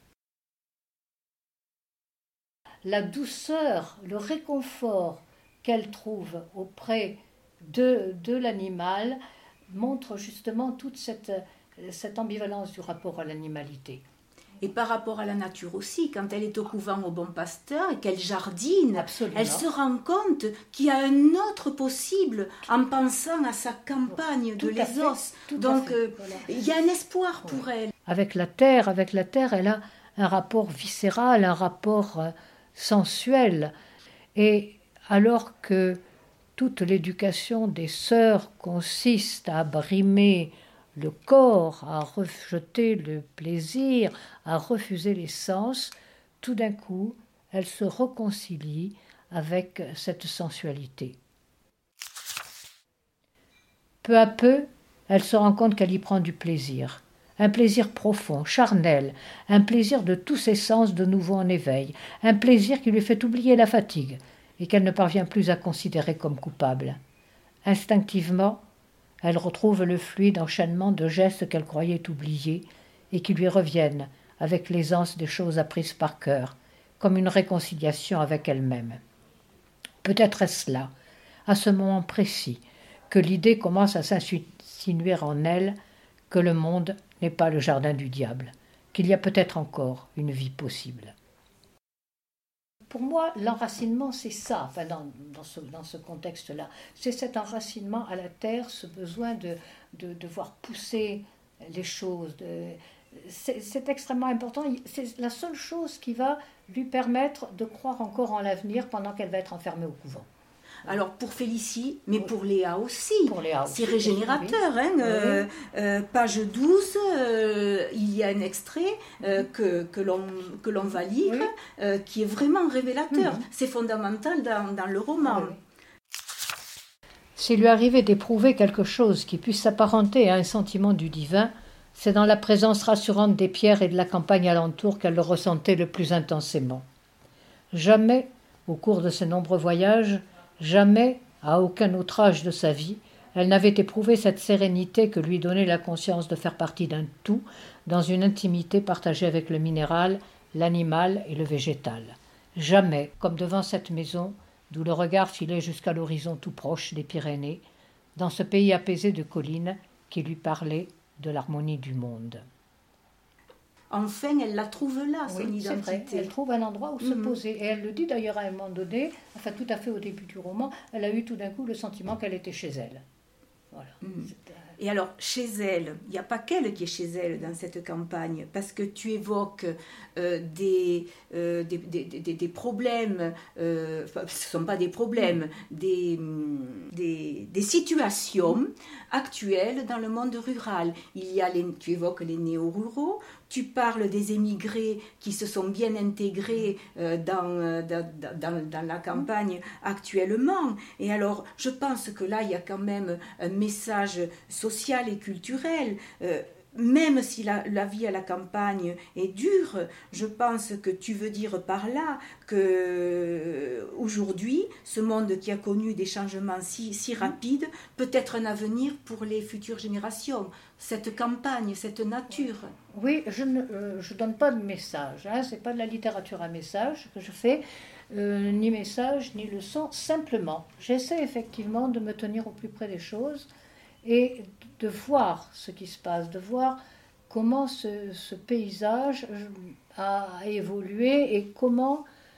La douceur, le réconfort qu'elle trouve auprès de, de l'animal montre justement toute cette, cette ambivalence du rapport à l'animalité. Et par rapport à la nature aussi, quand elle est au couvent au Bon Pasteur et qu'elle jardine, Absolument. Elle se rend compte qu'il y a un autre possible en pensant à sa campagne Tout de à Lésos. fait, Donc euh, voilà. Il y a un espoir pour ouais. elle. Avec la terre, avec la terre, elle a un rapport viscéral, un rapport euh, sensuel. Et alors que toute l'éducation des sœurs consiste à brimer le corps, à rejeter le plaisir, à refuser les sens, tout d'un coup, elle se réconcilie avec cette sensualité. Peu à peu, elle se rend compte qu'elle y prend du plaisir, un plaisir profond, charnel, un plaisir de tous ses sens de nouveau en éveil, un plaisir qui lui fait oublier la fatigue et qu'elle ne parvient plus à considérer comme coupable. Instinctivement, elle retrouve le fluide enchaînement de gestes qu'elle croyait oubliés et qui lui reviennent avec l'aisance des choses apprises par cœur, comme une réconciliation avec elle-même. Peut-être est-ce là, à ce moment précis, que l'idée commence à s'insinuer en elle que le monde n'est pas le jardin du diable, qu'il y a peut-être encore une vie possible. Pour moi, l'enracinement, c'est ça, enfin dans, dans, ce, dans ce contexte-là. C'est cet enracinement à la terre, ce besoin de, de, de voir pousser les choses. De, c'est, c'est extrêmement important. C'est la seule chose qui va lui permettre de croire encore en l'avenir pendant qu'elle va être enfermée au couvent. Alors pour Félicie, mais oui. pour Léa aussi, pour Léa aussi c'est régénérateur. Hein, oui. euh, euh, page douze, euh, il y a un extrait euh, que, que, l'on, que l'on va lire, oui. euh, qui est vraiment révélateur. Mm-hmm. C'est fondamental dans, dans le roman. Oui. S'il lui arrivait d'éprouver quelque chose qui puisse s'apparenter à un sentiment du divin, c'est dans la présence rassurante des pierres et de la campagne alentour qu'elle le ressentait le plus intensément. Jamais, au cours de ses nombreux voyages, jamais, à aucun autre âge de sa vie, elle n'avait éprouvé cette sérénité que lui donnait la conscience de faire partie d'un tout, dans une intimité partagée avec le minéral, l'animal et le végétal. Jamais, comme devant cette maison, d'où le regard filait jusqu'à l'horizon tout proche des Pyrénées, dans ce pays apaisé de collines qui lui parlait de l'harmonie du monde. Enfin, elle la trouve là, son oui, identité. C'est vrai. Elle trouve un endroit où mm-hmm. se poser. Et elle le dit d'ailleurs à un moment donné, enfin tout à fait au début du roman, elle a eu tout d'un coup le sentiment qu'elle était chez elle. Voilà. Mm. Et alors, chez elle, il n'y a pas qu'elle qui est chez elle dans cette campagne, parce que tu évoques euh, des, euh, des, des, des, des problèmes, euh, enfin, ce ne sont pas des problèmes, des, des, des situations actuelles dans le monde rural. Il y a les, tu évoques les néo-ruraux, tu parles des émigrés qui se sont bien intégrés euh, dans, dans, dans, dans la campagne actuellement. Et alors, je pense que là, il y a quand même un message social et culturel. Euh, même si la, la vie à la campagne est dure, je pense que tu veux dire par là que aujourd'hui, ce monde qui a connu des changements si, si rapides peut être un avenir pour les futures générations. Cette campagne, cette nature. Oui, je ne euh, je donne pas de message. Hein, c'est pas de la littérature à message que je fais, euh, ni message ni leçon. Simplement, j'essaie effectivement de me tenir au plus près des choses et de voir ce qui se passe, de voir comment ce, ce paysage a évolué et comment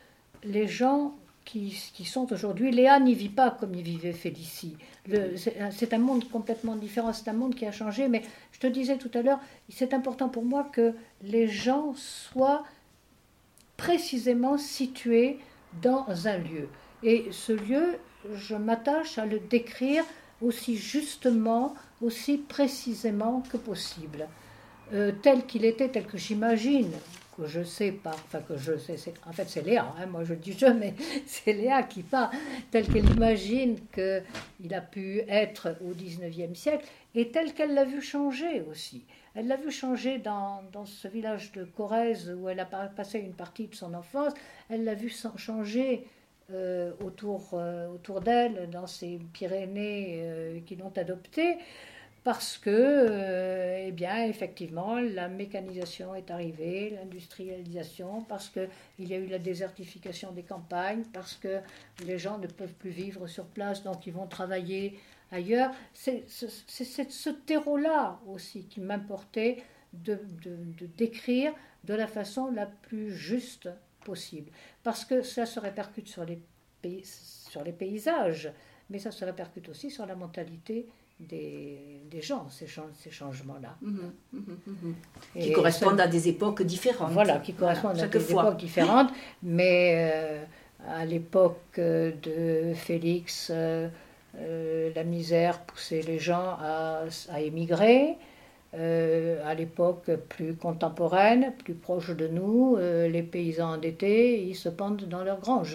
les gens qui, qui sont aujourd'hui... Léa n'y vit pas comme y vivait Félicie. Le, c'est, c'est un monde complètement différent, c'est un monde qui a changé, mais je te disais tout à l'heure, c'est important pour moi que les gens soient précisément situés dans un lieu. Et ce lieu, je m'attache à le décrire aussi justement, aussi précisément que possible. Euh, tel qu'il était, tel que j'imagine, que je sais pas, enfin que je sais, c'est, en fait c'est Léa, hein, moi je dis je, mais c'est Léa qui parle, tel qu'elle imagine qu'il a pu être au dix-neuvième siècle, et tel qu'elle l'a vu changer aussi. Elle l'a vu changer dans, dans ce village de Corrèze où elle a passé une partie de son enfance, elle l'a vu changer euh, autour, euh, autour d'elle, dans ces Pyrénées euh, qui l'ont adoptée, parce que, euh, eh bien, effectivement, la mécanisation est arrivée, l'industrialisation, parce qu'il y a eu la désertification des campagnes, parce que les gens ne peuvent plus vivre sur place, donc ils vont travailler ailleurs. C'est, c'est, c'est ce terreau-là aussi qui m'importait de, de, de décrire de la façon la plus juste possible, parce que ça se répercute sur les, pays, sur les paysages, mais ça se répercute aussi sur la mentalité Des, des gens, ces, ces changements-là. Mmh, mmh, mmh. Qui correspondent ça, à des époques différentes. Voilà, qui correspondent voilà, à des fois. époques différentes, mais euh, à l'époque de Félix, euh, euh, la misère poussait les gens à, à émigrer. Euh, à l'époque plus contemporaine, plus proche de nous, euh, les paysans endettés, ils se pendent dans leurs granges.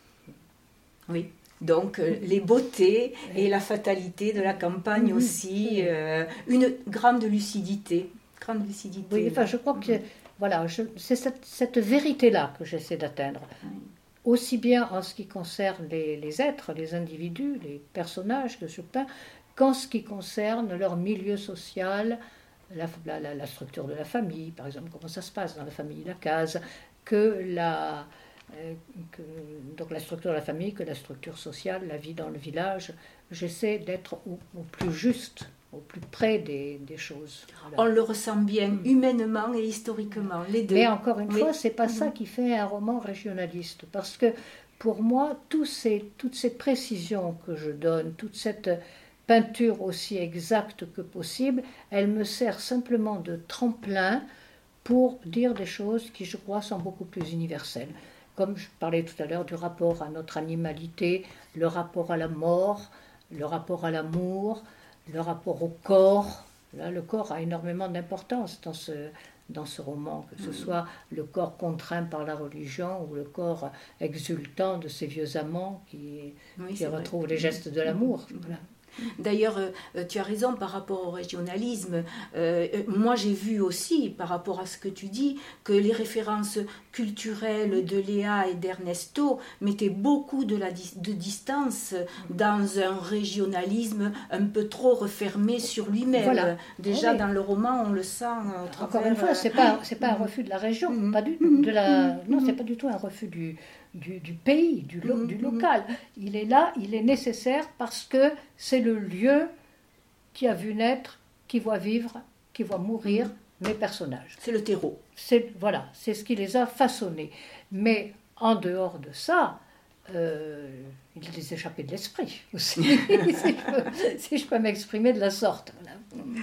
Oui. Donc, euh, les beautés et la fatalité de la campagne mmh, aussi, euh, une grande lucidité. Grande lucidité. Oui, enfin, je crois que mmh. voilà, je, c'est cette, cette vérité-là que j'essaie d'atteindre. Mmh. Aussi bien en ce qui concerne les, les êtres, les individus, les personnages de Chopin, qu'en ce qui concerne leur milieu social, la, la, la structure de la famille, par exemple, comment ça se passe dans la famille Lacaze, que la... Euh, que, donc la structure de la famille, que la structure sociale, la vie dans le village. J'essaie d'être au, au plus juste, au plus près des, des choses. Voilà. On le ressent bien, mmh. humainement et historiquement, les deux. Mais encore une oui. fois, c'est pas mmh. ça qui fait un roman régionaliste, parce que pour moi, tous ces, toutes ces précisions que je donne, toute cette peinture aussi exacte que possible, elle me sert simplement de tremplin pour dire des choses qui, je crois, sont beaucoup plus universelles. Comme je parlais tout à l'heure du rapport à notre animalité, le rapport à la mort, le rapport à l'amour, le rapport au corps. Là, le corps a énormément d'importance dans ce, dans ce roman, que ce soit le corps contraint par la religion ou le corps exultant de ces vieux amants qui, oui, qui retrouvent vrai. les gestes de l'amour. Voilà. D'ailleurs, euh, tu as raison par rapport au régionalisme. Euh, moi, j'ai vu aussi, par rapport à ce que tu dis, que les références culturelles de Léa et d'Ernesto mettaient beaucoup de, la, de distance dans un régionalisme un peu trop refermé sur lui-même. Voilà. Déjà, oui. dans le roman, on le sent. Euh, travers, Encore une fois, c'est pas, c'est pas un refus de la région, mmh. pas du, de la, non, c'est pas du tout un refus du... Du, du pays, du, lo, mmh, du local. Il est là, il est nécessaire parce que c'est le lieu qui a vu naître, qui voit vivre, qui voit mourir mes personnages. C'est le terreau. C'est, voilà, c'est ce qui les a façonnés. Mais en dehors de ça, euh, il les échappé de l'esprit aussi, si, je peux, si je peux m'exprimer de la sorte. Voilà.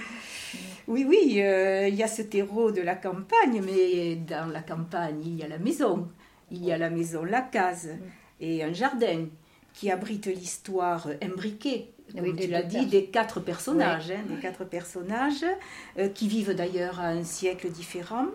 Oui, oui, euh, il y a ce terreau de la campagne, mais dans la campagne, il y a la maison. Il y a la maison Lacaze et un jardin qui abrite l'histoire imbriquée, comme oui, tu l'as dit, des quatre personnages, oui. hein, des quatre personnages euh, qui vivent d'ailleurs à un siècle différent.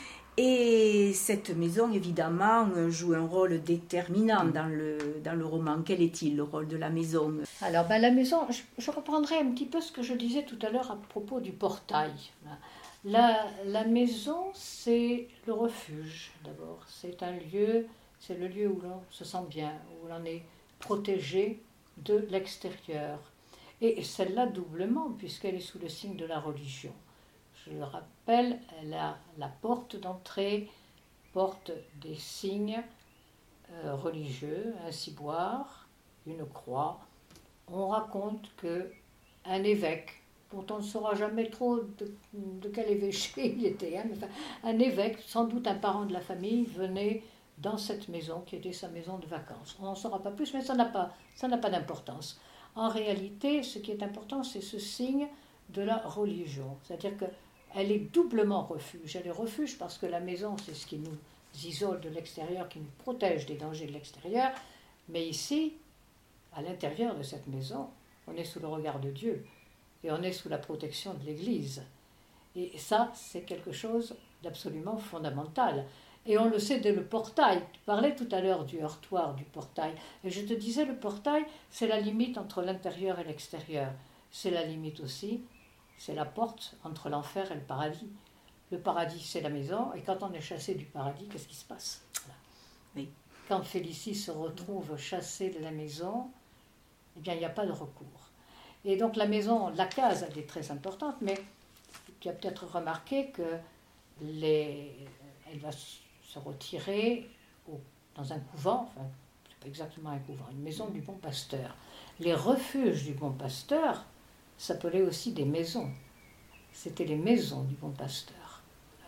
Et cette maison, évidemment, joue un rôle déterminant dans le, dans le roman. Quel est-il, le rôle de la maison ? Alors, ben, la maison, je, je reprendrai un petit peu ce que je disais tout à l'heure à propos du portail. La, la maison, c'est le refuge, d'abord. C'est un lieu, c'est le lieu où l'on se sent bien, où l'on est protégé de l'extérieur. Et celle-là doublement, puisqu'elle est sous le signe de la religion. Je le rappelle, elle a la porte d'entrée, porte des signes euh, religieux, un ciboire, une croix. On raconte qu'un évêque, dont on ne saura jamais trop de, de quel évêché il était, hein, mais enfin, un évêque, sans doute un parent de la famille, venait dans cette maison qui était sa maison de vacances. On n'en saura pas plus, mais ça n'a pas, ça n'a pas d'importance. En réalité, ce qui est important, c'est ce signe de la religion. C'est-à-dire qu'elle est doublement refuge. Elle est refuge parce que la maison, c'est ce qui nous isole de l'extérieur, qui nous protège des dangers de l'extérieur. Mais ici, à l'intérieur de cette maison, on est sous le regard de Dieu et on est sous la protection de l'Église. Et ça, c'est quelque chose d'absolument fondamental. Et on le sait dès le portail. Tu parlais tout à l'heure du heurtoir, du portail. Et je te disais, le portail, c'est la limite entre l'intérieur et l'extérieur. C'est la limite aussi, c'est la porte entre l'enfer et le paradis. Le paradis, c'est la maison. Et quand on est chassé du paradis, qu'est-ce qui se passe? Voilà. Oui. Quand Félicie se retrouve chassée de la maison, eh bien, il n'y a pas de recours. Et donc la maison, la case, elle est très importante, mais tu as peut-être remarqué que les, elle va se retirer au, dans un couvent, enfin, c'est pas exactement un couvent, une maison du Bon Pasteur. Les refuges du Bon Pasteur s'appelaient aussi des maisons. C'était les maisons du Bon Pasteur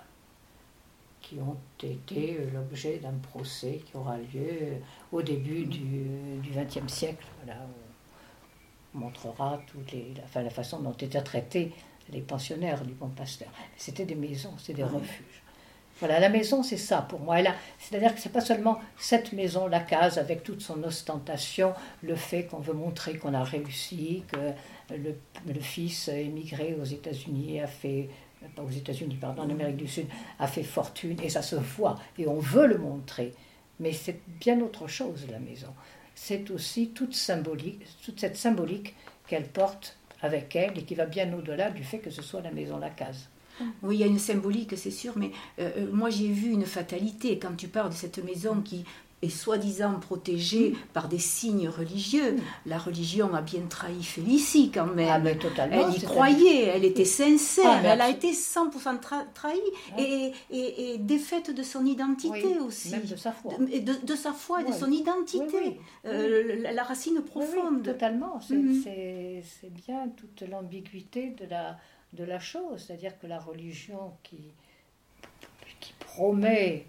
qui ont été l'objet d'un procès qui aura lieu au début du vingtième siècle. Voilà, on montrera toutes les, la, enfin, la façon dont étaient traités les pensionnaires du Bon Pasteur. C'était des maisons, c'était des refuges. Voilà, la maison, c'est ça pour moi. A, c'est-à-dire que ce n'est pas seulement cette maison, la case, avec toute son ostentation, le fait qu'on veut montrer qu'on a réussi, que le, le fils émigré aux États-Unis a fait, pas aux États-Unis, pardon, en Amérique du Sud, a fait fortune, et ça se voit, et on veut le montrer. Mais c'est bien autre chose, la maison. C'est aussi toute symbolique, toute cette symbolique qu'elle porte avec elle, et qui va bien au-delà du fait que ce soit la maison, la case. Oui, il y a une symbolique, c'est sûr, mais euh, moi j'ai vu une fatalité quand tu parles de cette maison qui est soi-disant protégée mmh. par des signes religieux. Mmh. La religion a bien trahi Félicie quand même. Ah, mais totalement, elle y croyait, elle était sincère, ah, elle a été cent pour cent tra- trahie ah. et, et, et défaite de son identité oui, aussi. Même de sa foi. De, de, de sa foi et oui. de son identité, oui, oui. Euh, la, la racine profonde. Oui, totalement, c'est, mmh. c'est, c'est bien toute l'ambiguïté de la... de la chose, c'est-à-dire que la religion qui, qui promet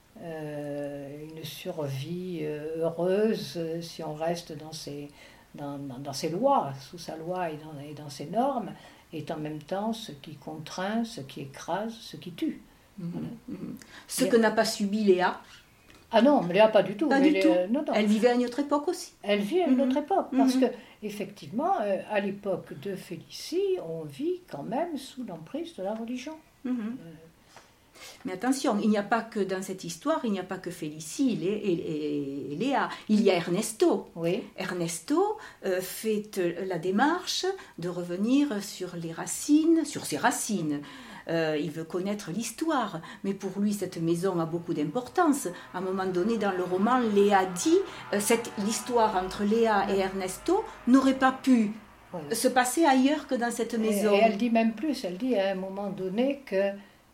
euh, une survie euh, heureuse euh, si on reste dans ses, dans, dans, dans ses lois, sous sa loi et dans, et dans ses normes, est en même temps ce qui contraint, ce qui écrase, ce qui tue. Mmh. Voilà. Mmh. Ce Bien. que n'a pas subi Léa. Ah non, mais Léa pas du tout. Pas mais du les, tout. Euh, non, non. Elle vivait à une autre époque aussi. Elle vit à une mmh. autre époque, parce mmh. que effectivement, euh, à l'époque de Félicie, on vit quand même sous l'emprise de la religion. Mmh. Euh... Mais attention, il n'y a pas que dans cette histoire, il n'y a pas que Félicie et, et, et Léa. Il y a Ernesto. Oui. Ernesto euh, fait la démarche de revenir sur les racines, sur ses racines. Euh, il veut connaître l'histoire, mais pour lui, cette maison a beaucoup d'importance. À un moment donné, dans le roman, Léa dit euh, cette l'histoire entre Léa et Ernesto n'aurait pas pu oui. se passer ailleurs que dans cette maison. Et, et elle dit même plus, elle dit à un moment donné que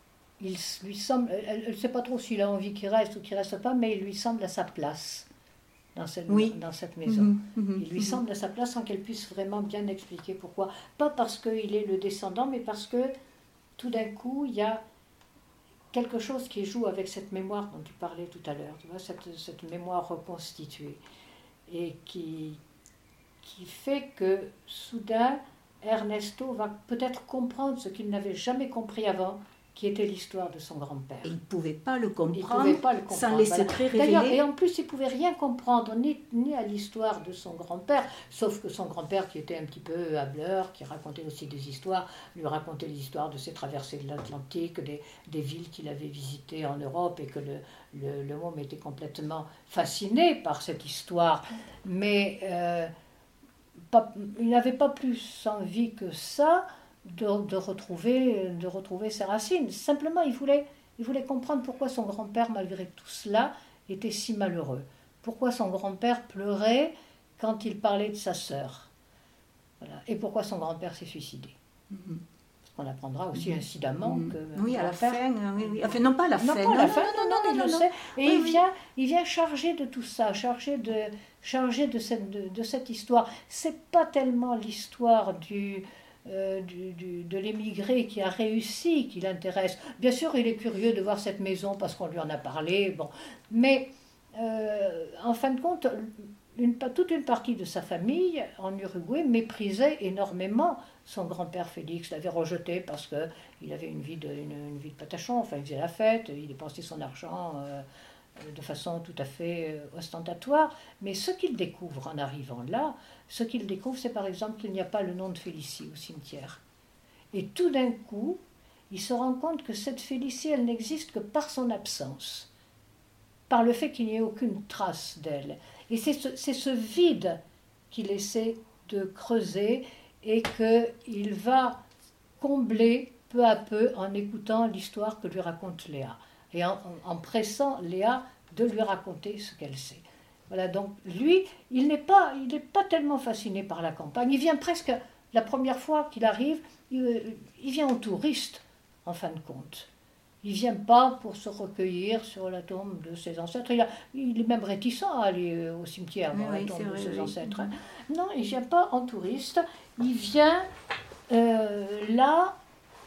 il lui semble, elle ne sait pas trop s'il a envie qu'il reste ou qu'il ne reste pas, mais il lui semble à sa place dans cette, oui. dans cette maison. Mmh, mmh, il lui mmh. semble à sa place sans qu'elle puisse vraiment bien expliquer pourquoi. Pas parce qu'il est le descendant, mais parce que tout d'un coup, il y a quelque chose qui joue avec cette mémoire dont tu parlais tout à l'heure, tu vois, cette, cette mémoire reconstituée, et qui, qui fait que soudain, Ernesto va peut-être comprendre ce qu'il n'avait jamais compris avant, qui était l'histoire de son grand-père. Et il ne pouvait pas le comprendre, pas le comprendre sans les secrets voilà. révélés. Et en plus, il ne pouvait rien comprendre, ni, ni à l'histoire de son grand-père, sauf que son grand-père, qui était un petit peu hâbleur, qui racontait aussi des histoires, lui racontait les histoires de ses traversées de l'Atlantique, des, des villes qu'il avait visitées en Europe, et que le, le, le môme était complètement fasciné par cette histoire. Mais euh, pas, il n'avait pas plus envie que ça De, de, retrouver, de retrouver ses racines. Simplement, il voulait, il voulait comprendre pourquoi son grand-père, malgré tout cela, était si malheureux. Pourquoi son grand-père pleurait quand il parlait de sa sœur. Voilà. Et pourquoi son grand-père s'est suicidé. Mm-hmm. Parce qu'on apprendra aussi mm-hmm. incidemment mm-hmm. que... Oui, à la fin. Oui, oui. Enfin, non pas à la non, fin. Pas à la fin, non, non, non, il non, le non. sait. Et oui, il, oui. Vient, il vient chargé de tout ça, chargé de, chargé de, cette, de, de cette histoire. C'est pas tellement l'histoire du... euh, du, du, de l'émigré qui a réussi qui l'intéresse. Bien sûr, il est curieux de voir cette maison parce qu'on lui en a parlé, bon. Mais euh, en fin de compte, une, toute une partie de sa famille en Uruguay méprisait énormément son grand-père Félix, l'avait rejeté parce qu'il avait une vie, de, une, une vie de patachon, enfin il faisait la fête, il dépensait son argent euh, de façon tout à fait euh, ostentatoire. Mais ce qu'il découvre en arrivant là, ce qu'il découvre, c'est par exemple qu'il n'y a pas le nom de Félicie au cimetière. Et tout d'un coup, il se rend compte que cette Félicie, elle n'existe que par son absence, par le fait qu'il n'y ait aucune trace d'elle. Et c'est ce, c'est ce vide qu'il essaie de creuser et qu'il va combler peu à peu en écoutant l'histoire que lui raconte Léa et en, en pressant Léa de lui raconter ce qu'elle sait. Voilà, donc lui, il n'est pas, il n'est pas tellement fasciné par la campagne. Il vient presque, la première fois qu'il arrive, il, il vient en touriste, en fin de compte. Il ne vient pas pour se recueillir sur la tombe de ses ancêtres. Il, a, il est même réticent à aller au cimetière voir oui, la tombe de vrai, ses oui. ancêtres. Non, il ne vient pas en touriste. Il vient euh, là,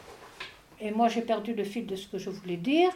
et moi j'ai perdu le fil de ce que je voulais dire.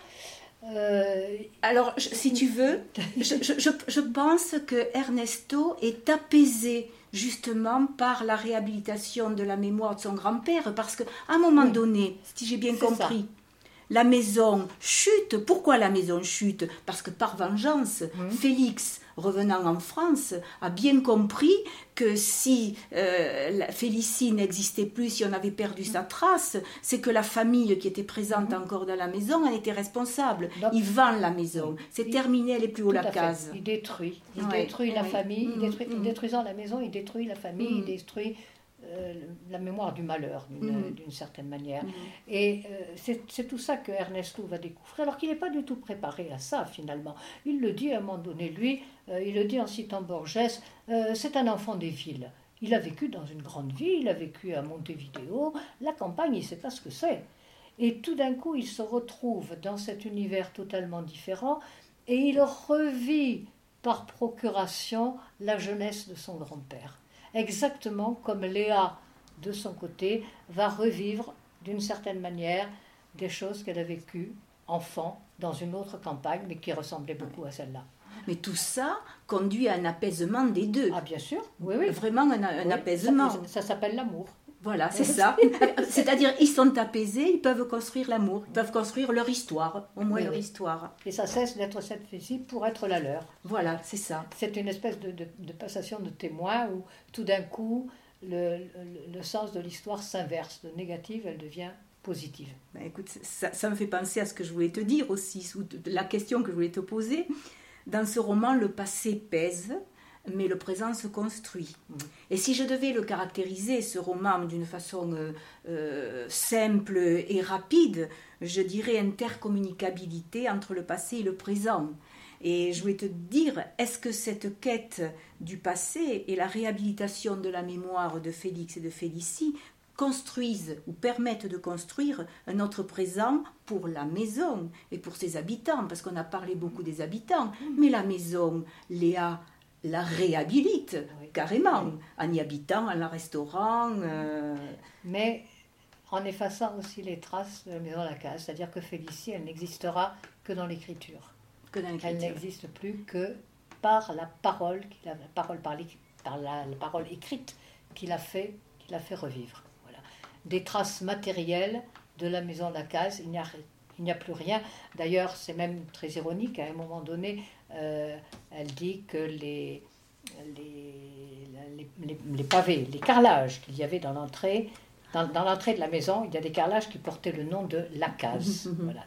Euh, Alors, je, si tu veux, je, je, je pense que Ernesto est apaisé justement par la réhabilitation de la mémoire de son grand-père, parce qu'à un moment oui. donné, si j'ai bien compris, ça. La maison chute. Pourquoi la maison chute? Parce que par vengeance, mmh. Félix, revenant en France, a bien compris que si euh, Félicie n'existait plus, si on avait perdu mmh. sa trace, c'est que la famille qui était présente mmh. encore dans la maison en était responsable. Donc, il vend la maison. C'est il, terminé, elle est plus haut la case. Fait. Il détruit. Il ouais, détruit ouais, la ouais. famille. Mmh. Il détruit, mmh. détruisant la maison, il détruit la famille, mmh. il détruit Euh, la mémoire du malheur d'une, mmh. d'une certaine manière. Mmh. Et euh, c'est, c'est tout ça que Ernesto va découvrir, alors qu'il n'est pas du tout préparé à ça finalement. Il le dit à un moment donné, lui, euh, il le dit en citant Borges, euh, c'est un enfant des villes. Il a vécu dans une grande ville, il a vécu à Montevideo, la campagne, il ne sait pas ce que c'est. Et tout d'un coup, il se retrouve dans cet univers totalement différent et il revit par procuration la jeunesse de son grand-père. Exactement comme Léa, de son côté, va revivre d'une certaine manière des choses qu'elle a vécues enfant dans une autre campagne, mais qui ressemblait beaucoup à celle-là. Mais tout ça conduit à un apaisement des deux. Ah bien sûr, oui, oui. Vraiment un, un oui, apaisement. Ça, ça s'appelle l'amour. Voilà, c'est ça. C'est-à-dire, ils sont apaisés, ils peuvent construire l'amour, ils peuvent construire leur histoire, au moins oui, leur oui. histoire. Et ça cesse d'être cette fille pour être la leur. Voilà, c'est ça. C'est une espèce de, de, de passation de témoin où tout d'un coup, le, le, le sens de l'histoire s'inverse. De négative, elle devient positive. Ben écoute, ça, ça me fait penser à ce que je voulais te dire aussi, la question que je voulais te poser. Dans ce roman, le passé pèse, mais le présent se construit. Mmh. Et si je devais le caractériser, ce roman, d'une façon euh, euh, simple et rapide, je dirais intercommunicabilité entre le passé et le présent. Et je voulais te dire, est-ce que cette quête du passé et la réhabilitation de la mémoire de Félix et de Félicie construisent ou permettent de construire un autre présent pour la maison et pour ses habitants, parce qu'on a parlé beaucoup des habitants, mmh. mais la maison, Léa la réhabilite oui. carrément, oui. en y habitant, en la restaurant. Euh... Mais en effaçant aussi les traces de la maison Lacaze, c'est-à-dire que Félicie, elle n'existera que dans l'écriture. Que dans l'écriture. Elle n'existe plus que par la parole, qu'il a, la parole par, par la, la parole écrite qu'il a fait, qu'il a fait revivre. Voilà. Des traces matérielles de la maison Lacaze, il n'y a Il n'y a plus rien. D'ailleurs, c'est même très ironique. À un moment donné, euh, elle dit que les, les, les, les, les pavés, les carrelages qu'il y avait dans l'entrée, dans, dans l'entrée de la maison, il y a des carrelages qui portaient le nom de Lacaze. Voilà.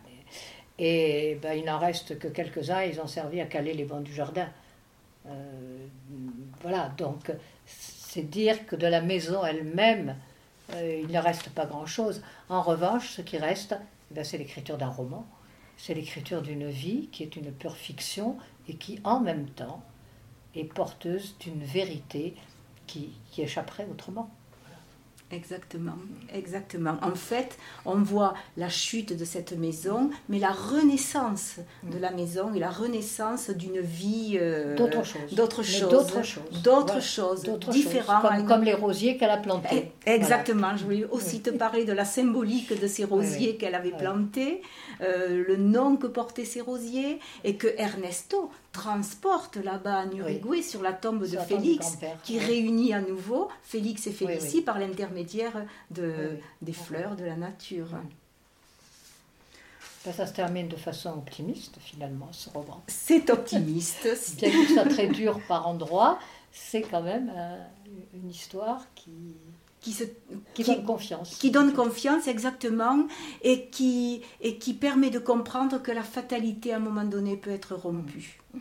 Et ben, il n'en reste que quelques-uns. Ils ont servi à caler les bancs du jardin. Euh, voilà. Donc, c'est dire que de la maison elle-même, euh, il ne reste pas grand-chose. En revanche, ce qui reste, ben, c'est l'écriture d'un roman, c'est l'écriture d'une vie qui est une pure fiction et qui, en même temps, est porteuse d'une vérité qui, qui échapperait autrement. Exactement, exactement. En fait, on voit la chute de cette maison, mais la renaissance de la maison et la renaissance d'une vie euh, d'autres choses, d'autres choses, d'autres choses, d'autres ouais. choses, d'autres différentes. choses. Comme, comme les rosiers qu'elle a plantés. Exactement. Voilà. Je voulais aussi oui. te parler de la symbolique de ces rosiers oui, oui. qu'elle avait oui. plantés, euh, le nom que portaient ces rosiers, et que Ernesto transporte là-bas en Uruguay oui. sur la tombe de sur Félix, qui oui. réunit à nouveau Félix et Félicie oui, oui. par l'intermédiaire de, oui. des fleurs, oui. de la nature. Oui. Ben, ça se termine de façon optimiste, finalement, ce roman. C'est optimiste. Bien que ce soit très dur par endroits, c'est quand même euh, une histoire qui... Qui, se, qui, qui donne confiance. Qui donne confiance, exactement, et qui, et qui permet de comprendre que la fatalité, à un moment donné, peut être rompue. Mmh.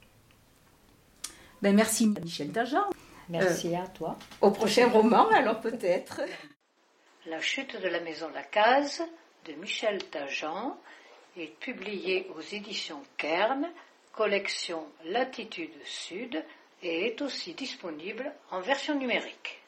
Ben, merci, Michel Tajan. Merci euh, à toi. Au prochain roman, alors peut-être. La chute de la maison Lacaze, de Michel Tajan, est publié aux éditions Kern, collection Latitude Sud, et est aussi disponible en version numérique.